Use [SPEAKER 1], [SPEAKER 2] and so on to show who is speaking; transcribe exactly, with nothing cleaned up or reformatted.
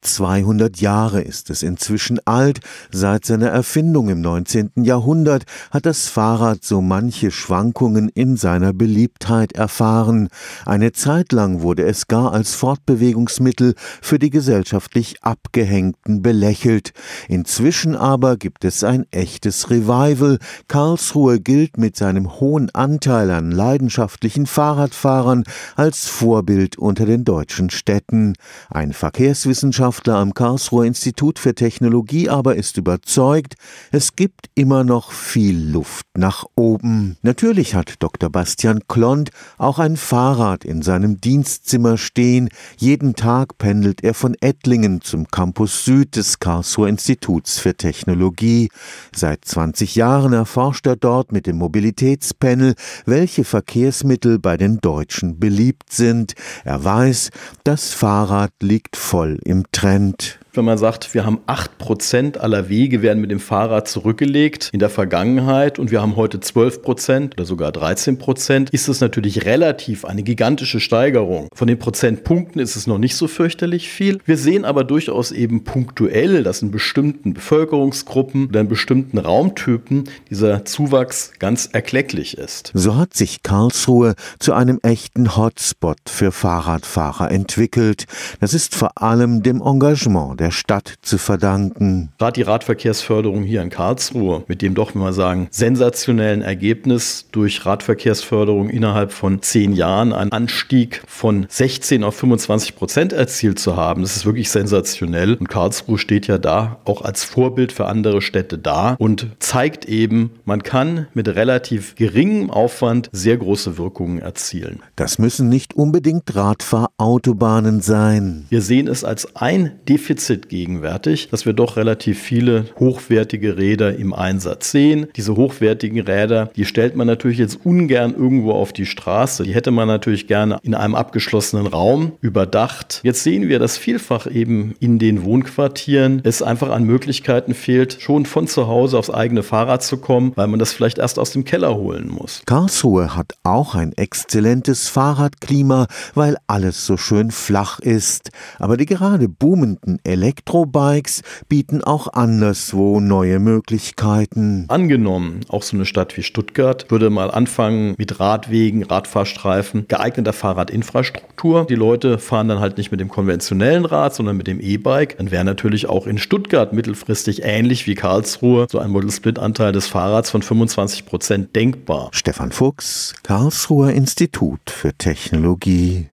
[SPEAKER 1] zweihundert Jahre ist es inzwischen alt. Seit seiner Erfindung im neunzehnten Jahrhundert hat das Fahrrad so manche Schwankungen in seiner Beliebtheit erfahren. Eine Zeit lang wurde es gar als Fortbewegungsmittel für die gesellschaftlich Abgehängten belächelt. Inzwischen aber gibt es ein echtes Revival. Karlsruhe gilt mit seinem hohen Anteil an leidenschaftlichen Fahrradfahrern als Vorbild unter den deutschen Städten. Ein Verkehrswissenschaftler am Karlsruher Institut für Technologie aber ist überzeugt, es gibt immer noch viel Luft nach oben. Natürlich hat Doktor Bastian Klont auch ein Fahrrad in seinem Dienstzimmer stehen. Jeden Tag pendelt er von Ettlingen zum Campus Süd des Karlsruher Instituts für Technologie. Seit zwanzig Jahren erforscht er dort mit dem Mobilitätspanel, welche Verkehrsmittel bei den Deutschen beliebt sind. Er weiß, das Fahrrad liegt voll im Trend.
[SPEAKER 2] Wenn man sagt, wir haben acht Prozent aller Wege werden mit dem Fahrrad zurückgelegt in der Vergangenheit und wir haben heute zwölf Prozent oder sogar dreizehn Prozent, ist es natürlich relativ eine gigantische Steigerung. Von den Prozentpunkten ist es noch nicht so fürchterlich viel. Wir sehen aber durchaus eben punktuell, dass in bestimmten Bevölkerungsgruppen oder in bestimmten Raumtypen dieser Zuwachs ganz erklecklich ist.
[SPEAKER 1] So hat sich Karlsruhe zu einem echten Hotspot für Fahrradfahrer entwickelt. Das ist vor allem dem Engagement der Stadt zu verdanken.
[SPEAKER 2] Gerade die Radverkehrsförderung hier in Karlsruhe mit dem doch, wenn wir sagen, sensationellen Ergebnis durch Radverkehrsförderung innerhalb von zehn Jahren einen Anstieg von sechzehn auf fünfundzwanzig Prozent erzielt zu haben. Das ist wirklich sensationell und Karlsruhe steht ja da auch als Vorbild für andere Städte da und zeigt eben, man kann mit relativ geringem Aufwand sehr große Wirkungen erzielen.
[SPEAKER 1] Das müssen nicht unbedingt Radfahrautobahnen sein.
[SPEAKER 2] Wir sehen es als ein Defizit gegenwärtig, dass wir doch relativ viele hochwertige Räder im Einsatz sehen. Diese hochwertigen Räder, die stellt man natürlich jetzt ungern irgendwo auf die Straße. Die hätte man natürlich gerne in einem abgeschlossenen Raum überdacht. Jetzt sehen wir, dass vielfach eben in den Wohnquartieren es einfach an Möglichkeiten fehlt, schon von zu Hause aufs eigene Fahrrad zu kommen, weil man das vielleicht erst aus dem Keller holen muss.
[SPEAKER 1] Karlsruhe hat auch ein exzellentes Fahrradklima, weil alles so schön flach ist. Aber die gerade boomenden Elektrobikes bieten auch anderswo neue Möglichkeiten.
[SPEAKER 2] Angenommen, auch so eine Stadt wie Stuttgart würde mal anfangen mit Radwegen, Radfahrstreifen, geeigneter Fahrradinfrastruktur. Die Leute fahren dann halt nicht mit dem konventionellen Rad, sondern mit dem E-Bike. Dann wäre natürlich auch in Stuttgart mittelfristig ähnlich wie Karlsruhe so ein Model-Split-Anteil des Fahrrads von fünfundzwanzig Prozent denkbar.
[SPEAKER 1] Stefan Fuchs, Karlsruher Institut für Technologie.